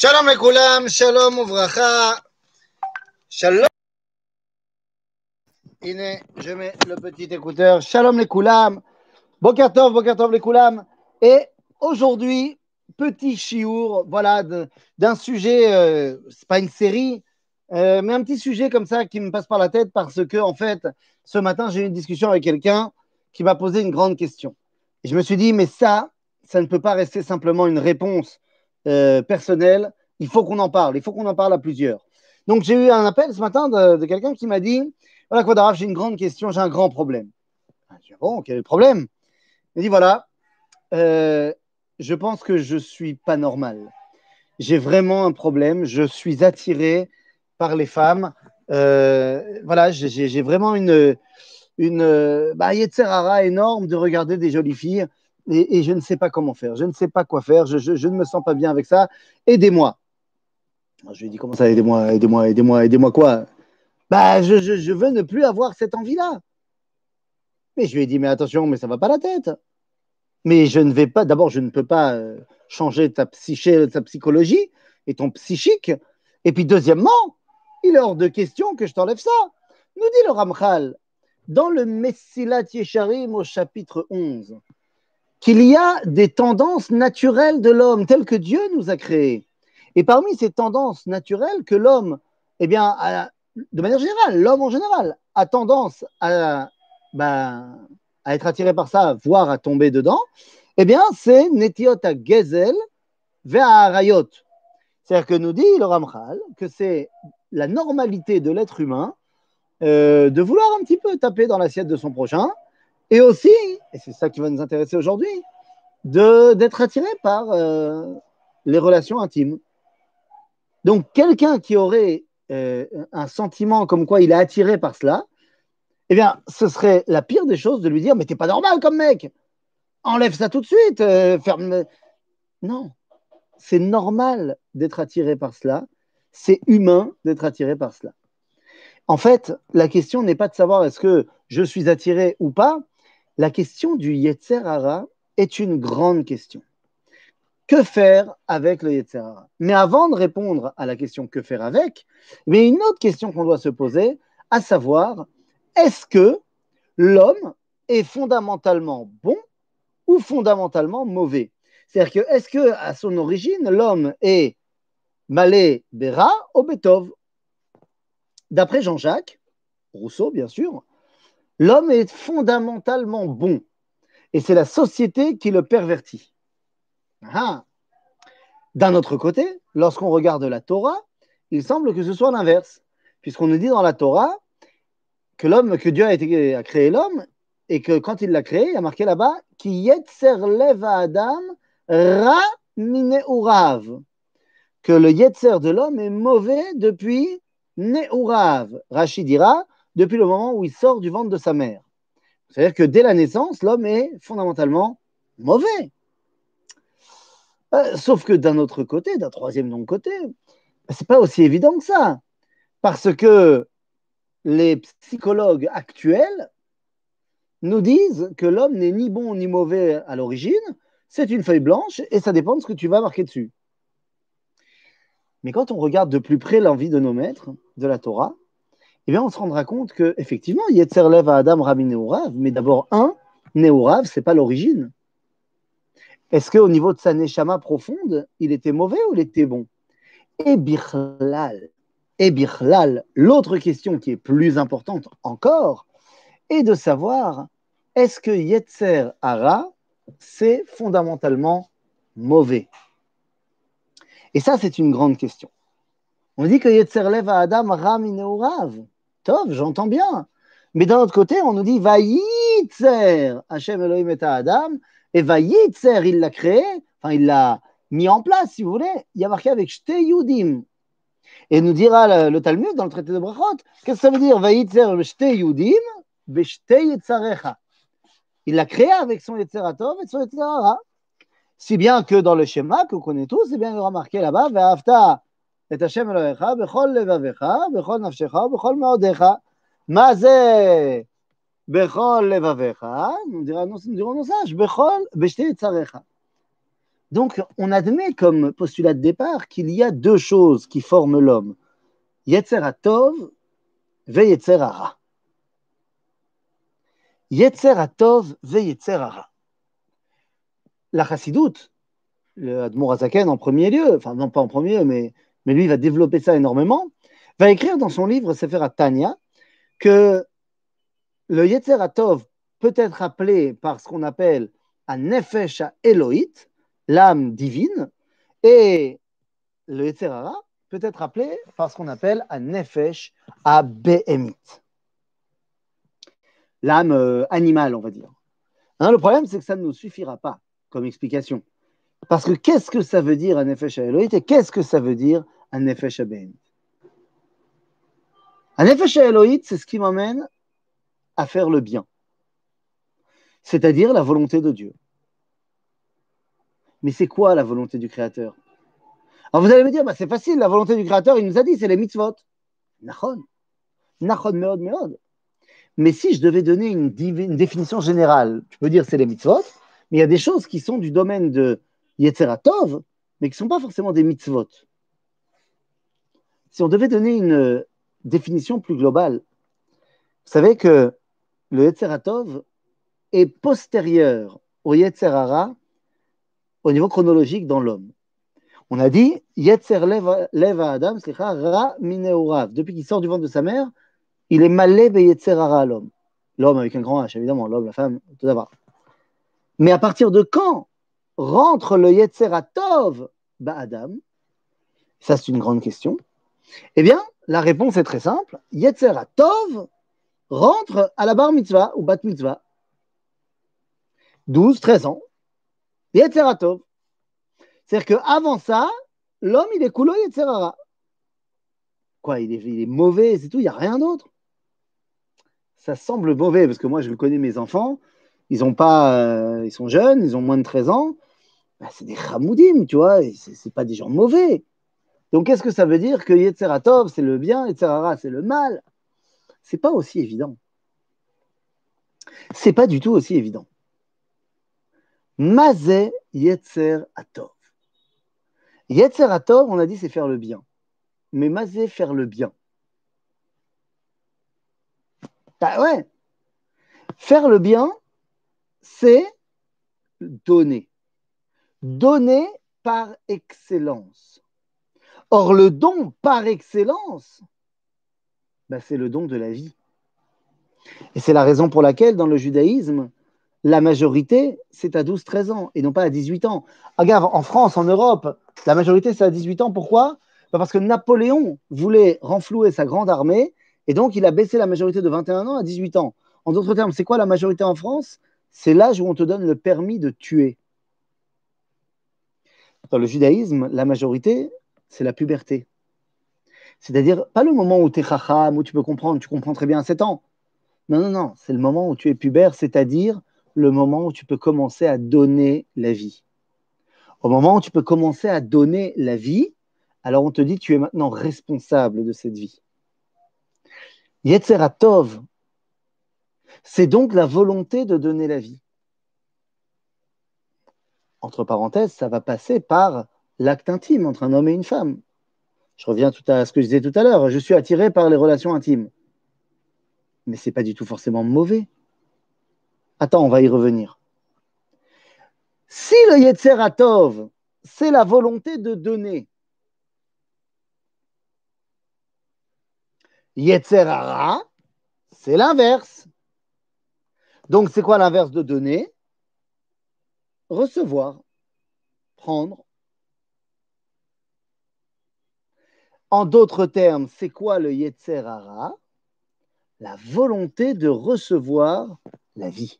Shalom לכולם, shalom וברכה, shalom. הנה, je mets le petit écouteur. Shalom לכולם, boker tov לכולם. Et aujourd'hui, petit chiour, voilà, d'un sujet, c'est pas une série, mais un petit sujet comme ça qui me passe par la tête parce que, en fait, ce matin, j'ai eu une discussion avec quelqu'un qui m'a posé une grande question. Et je me suis dit, mais ça ne peut pas rester simplement une réponse personnelle. Il faut qu'on en parle à plusieurs. Donc, j'ai eu un appel ce matin de quelqu'un qui m'a dit, voilà, Kvodaraf, j'ai une grande question, j'ai un grand problème. Je dis, bon, quel est le problème? Il m'a dit, voilà, je pense que je ne suis pas normal. J'ai vraiment un problème. Je suis attiré par les femmes. Voilà, j'ai vraiment une yetzer hara énorme de regarder des jolies filles et je ne sais pas comment faire. Je ne sais pas quoi faire. Je ne me sens pas bien avec ça. Aidez-moi. Alors, je lui ai dit, comment ça, aidez-moi quoi? Je veux ne plus avoir cette envie-là. Mais je lui ai dit, mais attention, mais ça ne va pas la tête. Mais je ne vais pas, d'abord, je ne peux pas changer ta psyché, ta psychologie et ton psychique. Et puis, deuxièmement, il est hors de question que je t'enlève ça. Nous dit le Ramchal, dans le Messilat Yesharim au chapitre 11, qu'il y a des tendances naturelles de l'homme telles que Dieu nous a créées. Et parmi ces tendances naturelles que l'homme, eh bien, de manière générale, l'homme en général, a tendance à être attiré par ça, voire à tomber dedans, eh bien, c'est Netiot Gezel vers Arayot. C'est-à-dire que nous dit le Ramchal que c'est la normalité de l'être humain de vouloir un petit peu taper dans l'assiette de son prochain, et aussi, et c'est ça qui va nous intéresser aujourd'hui, d'être attiré par les relations intimes. Donc, quelqu'un qui aurait un sentiment comme quoi il est attiré par cela, eh bien, ce serait la pire des choses de lui dire « Mais t'es pas normal comme mec, enlève ça tout de suite, ferme. » Non, c'est normal d'être attiré par cela, c'est humain d'être attiré par cela. En fait, la question n'est pas de savoir est-ce que je suis attiré ou pas, la question du Yetzer Hara est une grande question. Que faire avec le Yetzer Hara? Mais avant de répondre à la question que faire avec, il y a une autre question qu'on doit se poser, à savoir, est-ce que l'homme est fondamentalement bon ou fondamentalement mauvais? C'est-à-dire que, est-ce que à son origine, l'homme est malé bera ou betov? D'après Jean-Jacques Rousseau, bien sûr, l'homme est fondamentalement bon. Et c'est la société qui le pervertit. Ah. D'un autre côté, lorsqu'on regarde la Torah, il semble que ce soit l'inverse, puisqu'on nous dit dans la Torah que Dieu a créé l'homme, et que quand il l'a créé, il y a marqué là-bas Ki yetzer lev Adam ra mineurav, que le yetzer de l'homme est mauvais depuis neurav. Rashi dira depuis le moment où il sort du ventre de sa mère. C'est-à-dire que dès la naissance, l'homme est fondamentalement mauvais. Sauf que d'un autre côté, d'un troisième donc côté, c'est pas aussi évident que ça. Parce que les psychologues actuels nous disent que l'homme n'est ni bon ni mauvais à l'origine, c'est une feuille blanche et ça dépend de ce que tu vas marquer dessus. Mais quand on regarde de plus près l'envie de nos maîtres, de la Torah, eh bien on se rendra compte qu'effectivement, Yetzer Lev à Adam Rabbi Neurav, mais d'abord, Neurav, c'est pas l'origine. Est-ce qu'au niveau de sa neshama profonde, il était mauvais ou il était bon? Et Bichlal, l'autre question qui est plus importante encore, est de savoir, est-ce que Yetzer Hara, c'est fondamentalement mauvais? Et ça, c'est une grande question. On dit que Yetzer Lev à Adam Ra Mineurav. Tov, j'entends bien. Mais d'un autre côté, on nous dit Vayitzer, Hashem Elohim et Adam, et Vayitzer, il l'a créé, enfin, il l'a mis en place, si vous voulez. Il y a marqué avec Shte Yudim. Et nous dira le Talmud dans le traité de Brachot, qu'est-ce que ça veut dire Vayitzer Shte Yudim, Beshte Yetzarecha. Il l'a créé avec son Yetzeratov et son Yetzerara. Si bien que dans le schéma que vous connaissez tous, eh bien, il y aura marqué là-bas Ve'afta et Hashem Elohecha, Bechol Levavecha, Bechol Nafshecha, Bechol Maodecha. Ma ze Bechol Levavecha, nous dirons nos sages, Bechol Beshte Yetzarecha. Donc, on admet comme postulat de départ qu'il y a deux choses qui forment l'homme. Yetzer HaTov ve Yetzer Hara. Yetzer HaTov ve Yetzer Hara. La Chassidoute, le Admor Hazaken en premier lieu, enfin non pas en premier lieu, mais lui il va développer ça énormément, va écrire dans son livre Sefer Tanya que le Yetzer HaTov peut être appelé par ce qu'on appelle un Nefesh Elohit, l'âme divine, et le Yetzer Hara peut être appelé par ce qu'on appelle un Nefesh Behemit, l'âme animale, on va dire. Hein, le problème, c'est que ça ne nous suffira pas comme explication. Parce que qu'est-ce que ça veut dire un Nefesh Elohit et qu'est-ce que ça veut dire un Nefesh Behemit? Un Nefesh Elohit, c'est ce qui m'amène à faire le bien, c'est-à-dire la volonté de Dieu. Mais c'est quoi la volonté du Créateur? Alors vous allez me dire, bah, c'est facile, la volonté du Créateur, il nous a dit, c'est les mitzvot. Nachon. Nachon meod meod. Mais si je devais donner une définition générale, je peux dire c'est les mitzvot, mais il y a des choses qui sont du domaine de Yetzer HaTov, mais qui ne sont pas forcément des mitzvot. Si on devait donner une définition plus globale, vous savez que le Yetzer HaTov est postérieur au Yetzer Hara au niveau chronologique dans l'homme. On a dit Yetzer lev Adam, ra mineurav. Depuis qu'il sort du ventre de sa mère, il est malé be Yetzer Hara à l'homme. L'homme avec un grand H, évidemment, l'homme, la femme, tout d'abord. Mais à partir de quand rentre le Yetzer HaTov Adam? Ça, c'est une grande question. Eh bien, la réponse est très simple. Yetzer HaTov rentre à la bar mitzvah ou bat mitzvah. 12, 13 ans. Yetzer HaTov. C'est-à-dire qu'avant ça, l'homme, il est coulo Yetzer Hara. Quoi, il est mauvais, c'est tout, il n'y a rien d'autre. Ça semble mauvais, parce que moi, je le connais, mes enfants, ils sont jeunes, ils ont moins de 13 ans, bah, c'est des chamoudim, tu vois, c'est pas des gens mauvais. Donc, qu'est-ce que ça veut dire que Yetzer HaTov, c'est le bien, Yetzer Hara, c'est le mal? C'est pas aussi évident. C'est pas du tout aussi évident. Mazé Yetzer HaTov. Yetzer HaTov, on a dit, c'est faire le bien. Mais mazé, faire le bien. Bah ouais. Faire le bien, c'est donner. Donner par excellence. Or, le don par excellence, bah, c'est le don de la vie. Et c'est la raison pour laquelle, dans le judaïsme, la majorité, c'est à 12-13 ans et non pas à 18 ans. Regarde, en France, en Europe, la majorité, c'est à 18 ans. Pourquoi? Bah, parce que Napoléon voulait renflouer sa grande armée et donc il a baissé la majorité de 21 ans à 18 ans. En d'autres termes, c'est quoi la majorité en France? C'est l'âge où on te donne le permis de tuer. Dans le judaïsme, la majorité, c'est la puberté. C'est-à-dire, pas le moment où tu es chacham, où tu peux comprendre, tu comprends très bien à 7 ans. Non, non, non, c'est le moment où tu es pubère, c'est-à-dire le moment où tu peux commencer à donner la vie. Au moment où tu peux commencer à donner la vie, alors on te dit tu es maintenant responsable de cette vie. Yetzer HaTov, c'est donc la volonté de donner la vie. Entre parenthèses, ça va passer par l'acte intime entre un homme et une femme. Je reviens à ce que je disais tout à l'heure. Je suis attiré par les relations intimes. Mais ce n'est pas du tout forcément mauvais. Attends, on va y revenir. Si le Yetzer HaTov, c'est la volonté de donner, Yetzer Hara, c'est l'inverse. Donc, c'est quoi l'inverse de donner? Recevoir, prendre. En d'autres termes, c'est quoi le Yetzer Hara? La volonté de recevoir la vie.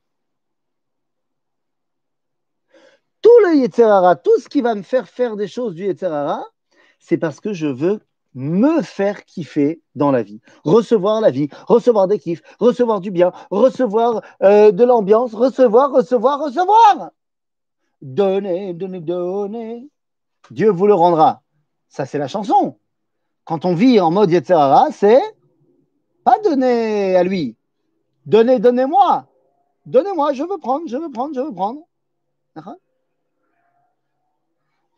Tout le Yetzer Hara, tout ce qui va me faire faire des choses du Yetzer Hara, c'est parce que je veux me faire kiffer dans la vie. Recevoir la vie, recevoir des kiffs, recevoir du bien, recevoir de l'ambiance, recevoir. Donnez, donnez, donnez. Dieu vous le rendra. Ça, c'est la chanson. Quand on vit en mode Yetzer Hara, c'est pas donner à lui. Donnez-moi. Donnez-moi, je veux prendre.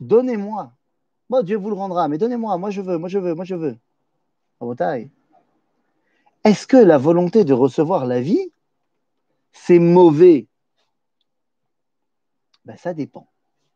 Donnez-moi. Bon, Dieu vous le rendra, mais donnez-moi, moi je veux, moi je veux, moi je veux. Rabotai. Est-ce que la volonté de recevoir la vie, c'est mauvais? Ben, ça dépend.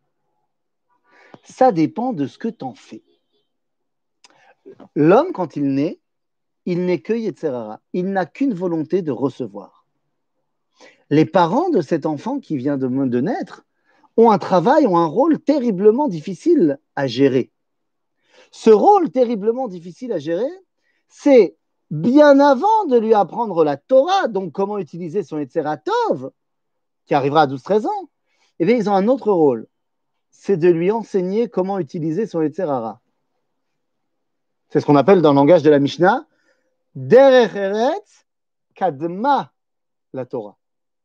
Ça dépend de ce que tu en fais. L'homme, quand il n'est que Yetzerara. Il n'a qu'une volonté de recevoir. Les parents de cet enfant qui vient de naître ont un travail, ont un rôle terriblement difficile à gérer. Ce rôle terriblement difficile à gérer, c'est bien avant de lui apprendre la Torah, donc comment utiliser son Yetzeratov, qui arrivera à 12-13 ans, eh bien, ils ont un autre rôle, c'est de lui enseigner comment utiliser son Yetzerara. C'est ce qu'on appelle dans le langage de la Mishnah, Derech Eretz Kadma la Torah.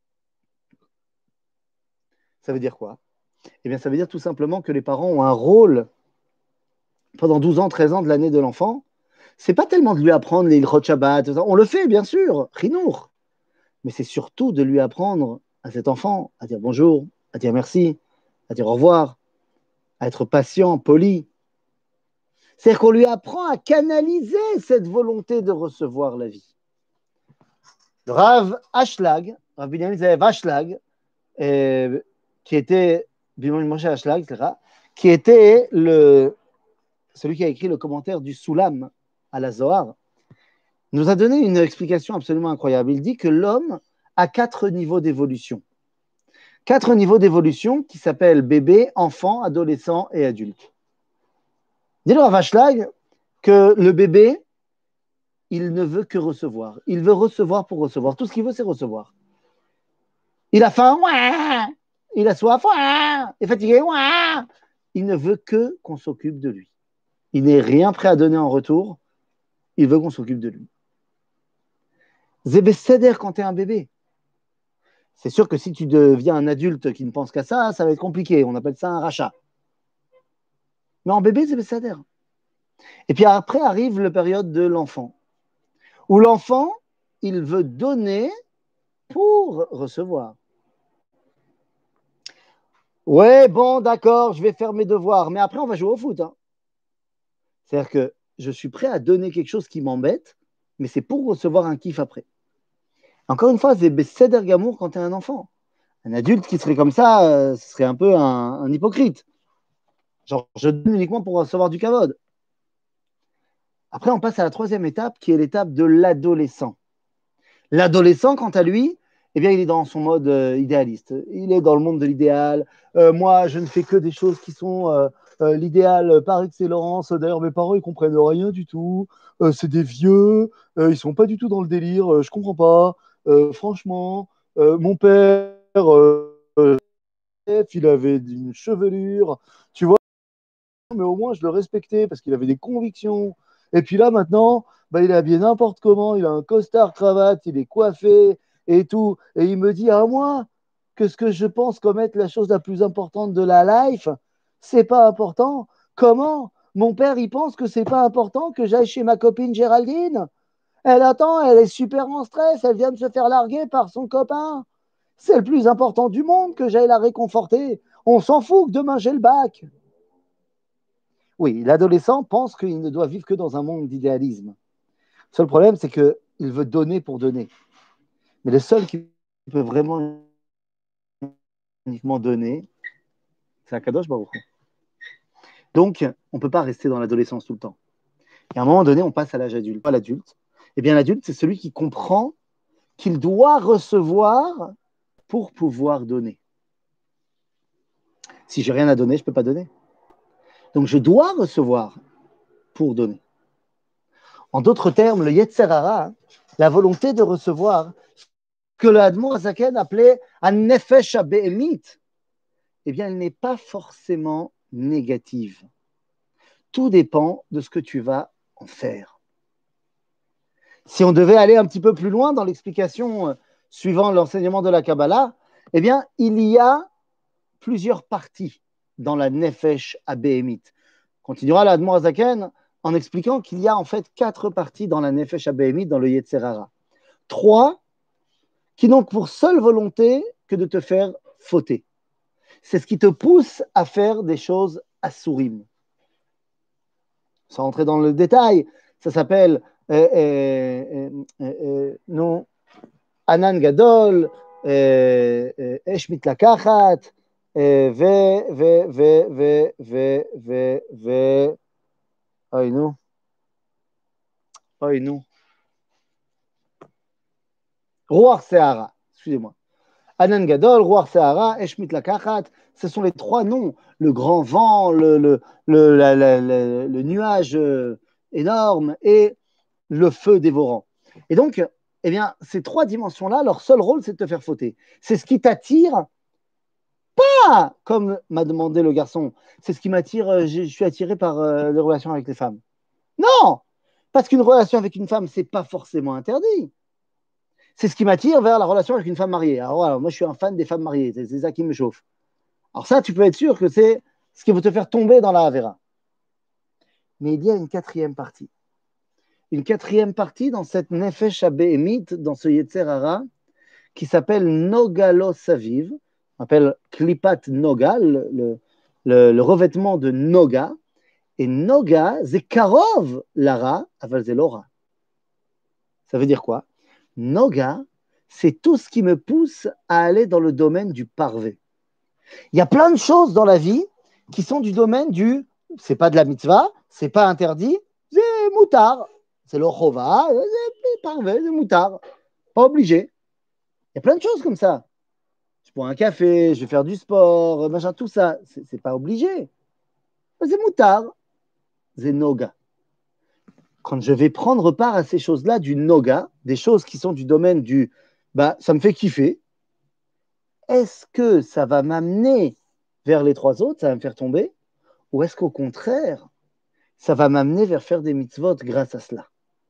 Ça veut dire quoi? Eh bien, ça veut dire tout simplement que les parents ont un rôle pendant 12 ans, 13 ans de l'année de l'enfant. C'est pas tellement de lui apprendre les Ilchot Shabbat, on le fait bien sûr, Chinour, mais c'est surtout de lui apprendre à cet enfant à dire bonjour, à dire merci, à dire au revoir, à être patient, poli. C'est-à-dire qu'on lui apprend à canaliser cette volonté de recevoir la vie. Rav Ashlag, Rav Binyamin Zeev Ashlag, qui était Binyamin Moshe Ashlag, qui était celui qui a écrit le commentaire du Soulam à la Zohar, nous a donné une explication absolument incroyable. Il dit que l'homme a 4 niveaux d'évolution. 4 niveaux d'évolution qui s'appellent bébé, enfant, adolescent et adulte. Dis-le à Vashlag que le bébé, il ne veut que recevoir. Il veut recevoir pour recevoir. Tout ce qu'il veut, c'est recevoir. Il a faim, ouah. Il a soif, ouah. Il est fatigué, ouah. Il ne veut que qu'on s'occupe de lui. Il n'est rien prêt à donner en retour. Il veut qu'on s'occupe de lui. Zébé quand tu es un bébé. C'est sûr que si tu deviens un adulte qui ne pense qu'à ça, ça va être compliqué. On appelle ça un rachat. Mais en bébé, c'est Besséder. Et puis après arrive la période de l'enfant, où l'enfant, il veut donner pour recevoir. Ouais, bon, d'accord, je vais faire mes devoirs, mais après, on va jouer au foot. Hein. C'est-à-dire que je suis prêt à donner quelque chose qui m'embête, mais c'est pour recevoir un kiff après. Encore une fois, c'est Besséder Gamour quand tu es un enfant. Un adulte qui serait comme ça, ce serait un peu un hypocrite. Genre, je donne uniquement pour recevoir du kavod. Après, on passe à la 3e étape, qui est l'étape de l'adolescent. L'adolescent, quant à lui, eh bien, il est dans son mode idéaliste. Il est dans le monde de l'idéal. Moi, je ne fais que des choses qui sont l'idéal par excellence. D'ailleurs, mes parents, ils ne comprennent rien du tout. C'est des vieux. Ils ne sont pas du tout dans le délire. Je ne comprends pas. Franchement, mon père, il avait une chevelure. Tu vois, mais au moins je le respectais parce qu'il avait des convictions. Et puis là, maintenant, bah, il est habillé n'importe comment, il a un costard cravate, il est coiffé et tout. Et il me dit à moi que ce que je pense comme être la chose la plus importante de la life, c'est pas important. Comment? Mon père, il pense que c'est pas important que j'aille chez ma copine Géraldine. Elle attend, elle est super en stress, elle vient de se faire larguer par son copain. C'est le plus important du monde que j'aille la réconforter. On s'en fout que demain j'ai le bac. Oui, l'adolescent pense qu'il ne doit vivre que dans un monde d'idéalisme. Le seul problème, c'est qu'il veut donner pour donner. Mais le seul qui peut vraiment uniquement donner, c'est Akadosh Baruch Hu. Donc, on ne peut pas rester dans l'adolescence tout le temps. Et à un moment donné, on passe à l'âge adulte. Pas l'adulte. Eh bien, l'adulte, c'est celui qui comprend qu'il doit recevoir pour pouvoir donner. Si j'ai rien à donner, je ne peux pas donner. Donc, je dois recevoir pour donner. En d'autres termes, le Yetzer Hara, la volonté de recevoir, que le Admor Zaken appelait un nefesh habehemit, eh bien, elle n'est pas forcément négative. Tout dépend de ce que tu vas en faire. Si on devait aller un petit peu plus loin dans l'explication suivant l'enseignement de la Kabbalah, eh bien, il y a plusieurs parties dans la nefesh habehemit. Continuera l'Admor Zaken en expliquant qu'il y a en fait 4 parties dans la nefesh habehemit, dans le Yetzer Hara. 3 qui n'ont pour seule volonté que de te faire fauter. C'est ce qui te pousse à faire des choses Asurim. Sans rentrer dans le détail, ça s'appelle non, Anan Gadol, Esh Mitlakachat, אוי נו, אוי נו, רוח שערה, excusez-moi. Anan Gadol, Ruach Sahara, Esh Mitlakachat, ce sont les trois noms. Le grand vent, le nuage énorme et le feu dévorant. Et donc, eh bien, ces trois dimensions-là, leur seul rôle, c'est de te faire fauter. C'est ce qui t'attire, pas comme m'a demandé le garçon, c'est ce qui m'attire, je suis attiré par les relations avec les femmes. Non, parce qu'une relation avec une femme, c'est pas forcément interdit. C'est ce qui m'attire vers la relation avec une femme mariée. Alors voilà, moi je suis un fan des femmes mariées, c'est ça qui me chauffe. Alors ça, tu peux être sûr que c'est ce qui va te faire tomber dans la Havera. Mais il y a une quatrième partie. Une quatrième partie dans cette Nefesh Abéhémite, dans ce Yetzer Hara, qui s'appelle Nogalo Saviv, on appelle Klipat Noga, le revêtement de Noga. Et Noga, c'est Karov Lara, aval c'est Lora. Ça veut dire quoi? Noga, c'est tout ce qui me pousse à aller dans le domaine du parvé. Il y a plein de choses dans la vie qui sont du domaine du, c'est pas de la mitzvah, c'est pas interdit, c'est moutard, c'est le chova, c'est parvé, c'est moutard, pas obligé. Il y a plein de choses comme ça. Je bois un café, je vais faire du sport, machin, tout ça, c'est pas obligé. C'est moutard, c'est noga. Quand je vais prendre part à ces choses-là du noga, des choses qui sont du domaine du, bah, ça me fait kiffer, est-ce que ça va m'amener vers les trois autres, ça va me faire tomber, ou est-ce qu'au contraire, ça va m'amener vers faire des mitzvot grâce à cela?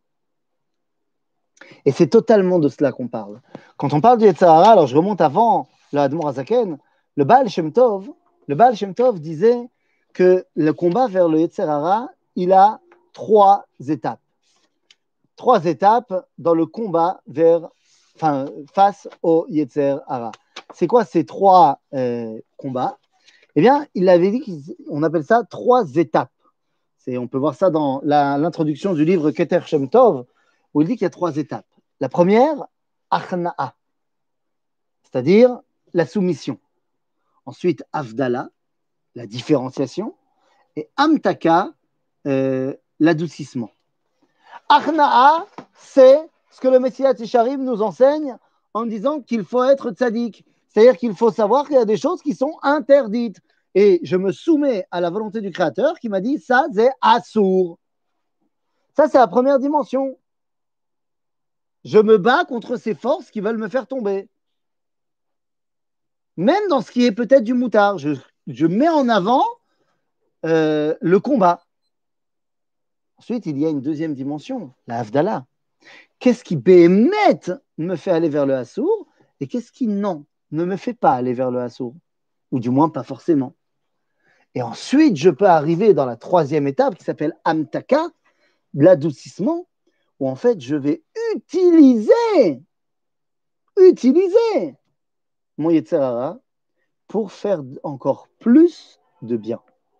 Et c'est totalement de cela qu'on parle. Quand on parle du Yetzer Hara, alors je remonte avant le Admor Hazaken, le Baal Shem Tov disait que le combat vers le Yetzer Hara, il a trois étapes. Trois étapes dans le combat face au Yetzer Hara. C'est quoi ces trois combats? Eh bien, il avait dit qu'on appelle ça trois étapes. On peut voir ça dans l'introduction du livre Keter Shem Tov, où il dit qu'il y a trois étapes. La première, Achna'a, c'est-à-dire la soumission. Ensuite, Avdala, la différenciation. Et Amtaka, l'adoucissement. Achna'a, c'est ce que le Messias Tisharim nous enseigne en disant qu'il faut être tzaddik. C'est-à-dire qu'il faut savoir qu'il y a des choses qui sont interdites. Et je me soumets à la volonté du Créateur qui m'a dit ça, c'est assour. Ça, c'est la première dimension. Je me bats contre ces forces qui veulent me faire tomber. Même dans ce qui est peut-être du moutard, je mets en avant le combat. Ensuite, il y a une deuxième dimension, la Havdalah. Qu'est-ce qui bémette me fait aller vers le Assour et qu'est-ce qui, non, ne me fait pas aller vers le Assour? Ou du moins, pas forcément. Et ensuite, je peux arriver dans la troisième étape qui s'appelle Amtaka, l'adoucissement, où en fait, je vais utiliser mon Yetzer Hara pour faire encore plus de bien.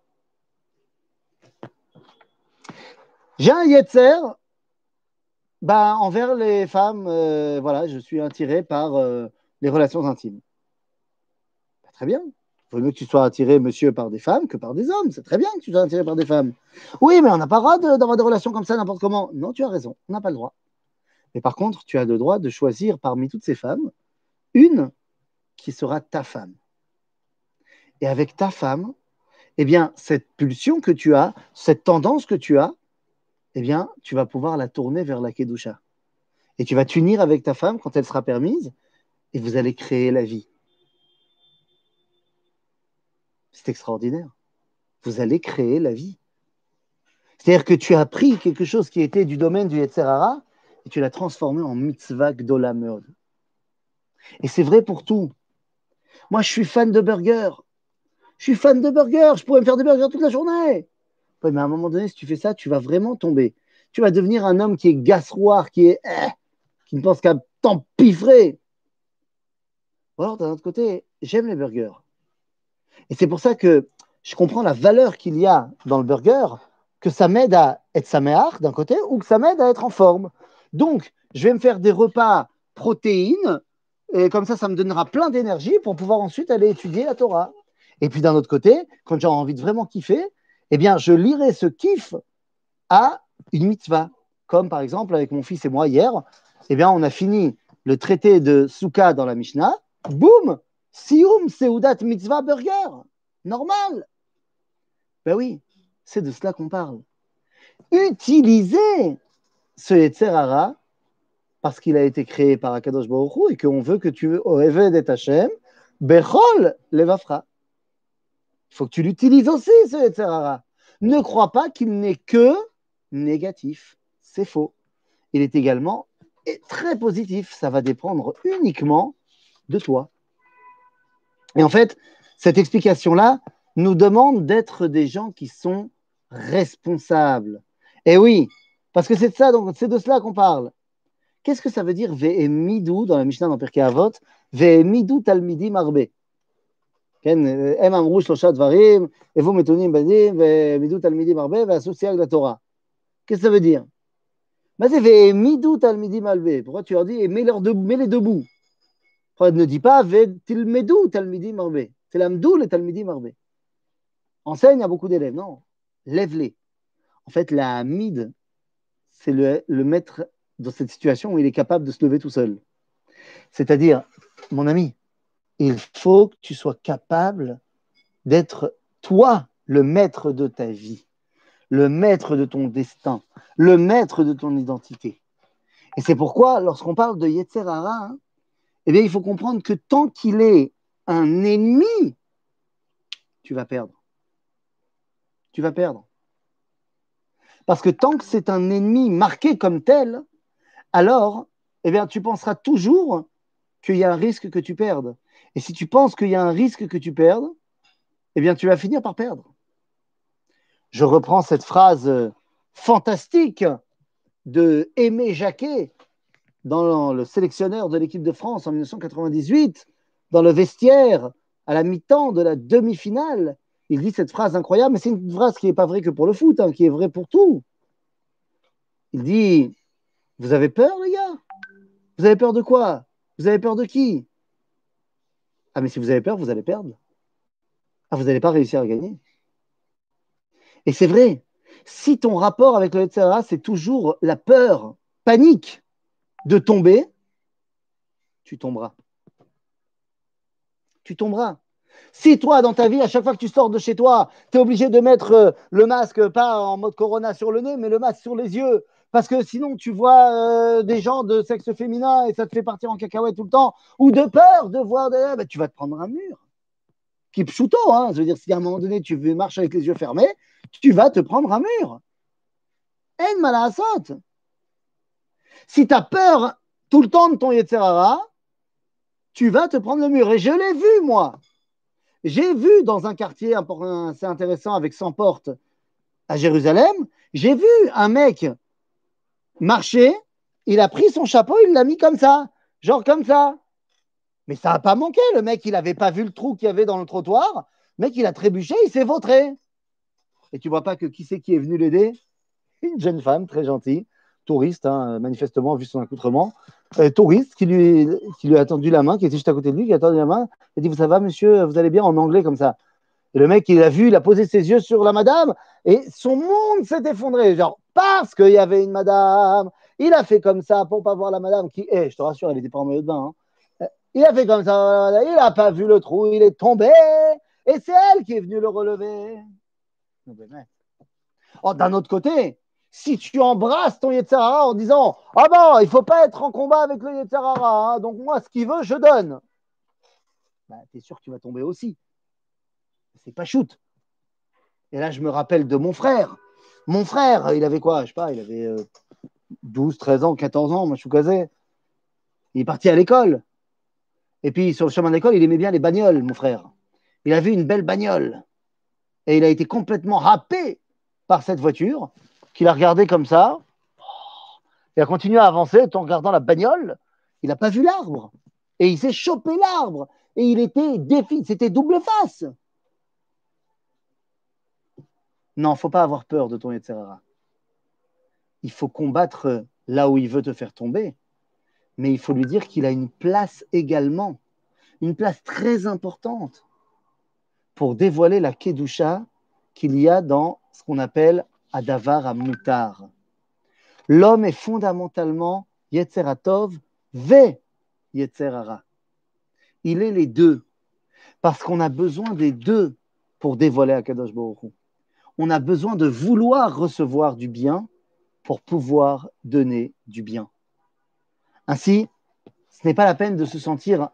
J'ai un Yetzer envers les femmes, voilà, je suis attiré par les relations intimes. Très bien. Il vaut mieux que tu sois attiré, monsieur, par des femmes que par des hommes. C'est très bien que tu sois attiré par des femmes. Oui, mais on n'a pas le droit d'avoir des relations comme ça n'importe comment. Non, tu as raison, on n'a pas le droit. Mais par contre, tu as le droit de choisir parmi toutes ces femmes une qui sera ta femme. Et avec ta femme, eh bien, cette pulsion que tu as, cette tendance que tu as, eh bien, tu vas pouvoir la tourner vers la Kedusha. Et tu vas t'unir avec ta femme quand elle sera permise et vous allez créer la vie. C'est extraordinaire. Vous allez créer la vie. C'est-à-dire que tu as pris quelque chose qui était du domaine du Yetzer Hara et tu l'as transformé en mitzvah gdola meod. Et c'est vrai pour tout. Moi, je suis fan de burgers. Je pourrais me faire des burgers toute la journée. Ouais, mais à un moment donné, si tu fais ça, tu vas vraiment tomber. Tu vas devenir un homme qui est gasroir, qui ne pense qu'à t'empiffrer. Ou alors, d'un autre côté, j'aime les burgers. Et c'est pour ça que je comprends la valeur qu'il y a dans le burger, que ça m'aide à être saméach d'un côté ou que ça m'aide à être en forme. Donc, je vais me faire des repas protéines et comme ça me donnera plein d'énergie pour pouvoir ensuite aller étudier la Torah. Et puis d'un autre côté, quand j'ai envie de vraiment kiffer, eh bien, je lirai ce kiff à une mitzvah. Comme par exemple, avec mon fils et moi hier, eh bien, on a fini le traité de Souka dans la Mishnah. Boum! Sioum Seudat Mitzvah Burger. Normal. Ben oui, c'est de cela qu'on parle. Utilisez ce Yetzer Hara parce qu'il a été créé par Akadosh Baruch Hu et qu'on veut que tu Eved et Hashem Bechol Levafra. Il faut que tu l'utilises aussi, ce Yetzer Hara. Ne crois pas qu'il n'est que négatif. C'est faux. Il est également très positif. Ça va dépendre uniquement de toi. Et en fait, cette explication-là nous demande d'être des gens qui sont responsables. Et oui, parce que c'est de ça, donc c'est de cela qu'on parle. Qu'est-ce que ça veut dire ve'emidou dans la Mishnah dans Pirkei Avot? Ve'emidou talmidim arbe. הם אמרו שלושה דברים, הביאו מתונים בנים, והעמידו תלמידים הרבה, ועשו סייג לתורה. Qu'est-ce que ça veut dire? מה זה והעמידו תלמידים הרבה? Pourquoi tu leur dis, mets-les debout? Pourquoi ne dis pas, ותלמדו תלמידים הרבה? תלמדו לתלמידים הרבה. Enseigne à beaucoup d'élèves, non. Lève-les. En fait, la hamid, c'est le maître dans cette situation où il est capable de se lever tout seul. C'est-à-dire, mon ami, il faut que tu sois capable d'être toi le maître de ta vie, le maître de ton destin, le maître de ton identité. Et c'est pourquoi, lorsqu'on parle de Yetzer Hara, eh bien, il faut comprendre que tant qu'il est un ennemi, tu vas perdre. Tu vas perdre. Parce que tant que c'est un ennemi marqué comme tel, alors, eh bien, tu penseras toujours qu'il y a un risque que tu perdes. Et si tu penses qu'il y a un risque que tu perdes, eh bien, tu vas finir par perdre. Je reprends cette phrase fantastique de Aimé Jacquet dans le sélectionneur de l'équipe de France en 1998, dans le vestiaire, à la mi-temps de la demi-finale. Il dit cette phrase incroyable, mais c'est une phrase qui n'est pas vraie que pour le foot, hein, qui est vraie pour tout. Il dit, vous avez peur, les gars? Vous avez peur de quoi? Vous avez peur de qui? Ah, mais si vous avez peur, vous allez perdre. Ah, vous n'allez pas réussir à gagner. Et c'est vrai. Si ton rapport avec le Yetzer Hara, c'est toujours la peur, panique de tomber, tu tomberas. Tu tomberas. Si toi, dans ta vie, à chaque fois que tu sors de chez toi, tu es obligé de mettre le masque, pas en mode Corona sur le nez, mais le masque sur les yeux, parce que sinon tu vois des gens de sexe féminin et ça te fait partir en cacahuète tout le temps, ou de peur de voir des... Ben, tu vas te prendre un mur. Qui est psouto, hein. Je veux dire, si à un moment donné tu marches avec les yeux fermés, tu vas te prendre un mur. En malasot. Si tu as peur tout le temps de ton Yetzer Hara, tu vas te prendre le mur. Et je l'ai vu, moi. J'ai vu dans un quartier assez intéressant avec 100 portes à Jérusalem, j'ai vu un mec marcher, il a pris son chapeau, il l'a mis comme ça, genre comme ça. Mais ça n'a pas manqué, le mec, il n'avait pas vu le trou qu'il y avait dans le trottoir, le mec, il a trébuché, il s'est vautré. Et tu vois pas que qui c'est qui est venu l'aider? Une jeune femme très gentille, touriste, hein, manifestement, vu son accoutrement, touriste qui lui a tendu la main, qui était juste à côté de lui, qui a tendu la main, il a dit, ça va, monsieur, vous allez bien, en anglais comme ça. Et le mec, il a vu, il a posé ses yeux sur la madame, et son monde s'est effondré, genre, parce qu'il y avait une madame, il a fait comme ça pour pas voir la madame qui, je te rassure, elle n'était pas en maillot de bain, hein. Il a fait comme ça, il n'a pas vu le trou, il est tombé, et c'est elle qui est venue le relever. Oh, d'un autre côté, si tu embrasses ton Yetzer Hara en disant « Ah bon, il ne faut pas être en combat avec le Yetzer Hara, hein, donc moi, ce qu'il veut, je donne. » Bah, tu es sûr que tu vas tomber aussi. C'est pas shoot. Et là, je me rappelle de mon frère. Mon frère, il avait quoi? Je sais pas, il avait 12, 13 ans, 14 ans, moi, je suis casé. Il est parti à l'école. Et puis, sur le chemin de l'école, il aimait bien les bagnoles, mon frère. Il a vu une belle bagnole. Et il a été complètement happé par cette voiture, qu'il a regardée comme ça. Il a continué à avancer tout en regardant la bagnole. Il n'a pas vu l'arbre. Et il s'est chopé l'arbre. Et il était c'était double face. Non, il ne faut pas avoir peur de ton Yetzer Hara. Il faut combattre là où il veut te faire tomber, mais il faut lui dire qu'il a une place également, une place très importante pour dévoiler la Kedusha qu'il y a dans ce qu'on appelle Adavar Amutar. L'homme est fondamentalement Yetzer Hatov ve Yetzer Hara. Il est les deux, parce qu'on a besoin des deux pour dévoiler Akadosh Baruch Hu. On a besoin de vouloir recevoir du bien pour pouvoir donner du bien. Ainsi, ce n'est pas la peine de se sentir,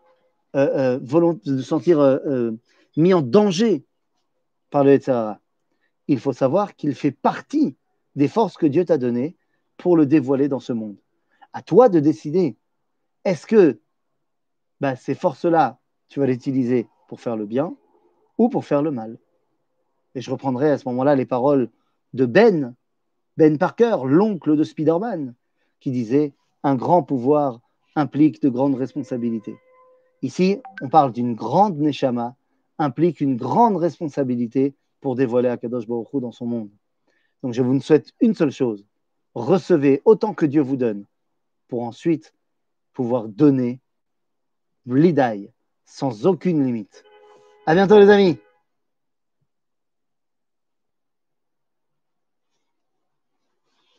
mis en danger par le Yetzer Hara. Il faut savoir qu'il fait partie des forces que Dieu t'a données pour le dévoiler dans ce monde. À toi de décider, est-ce que ces forces-là, tu vas les utiliser pour faire le bien ou pour faire le mal? Et je reprendrai à ce moment-là les paroles de Ben Parker, l'oncle de Spider-Man, qui disait « Un grand pouvoir implique de grandes responsabilités ». Ici, on parle d'une grande neshama, implique une grande responsabilité pour dévoiler Akadosh Baruch Hu dans son monde. Donc je vous souhaite une seule chose, recevez autant que Dieu vous donne, pour ensuite pouvoir donner l'Idaï, sans aucune limite. À bientôt les amis.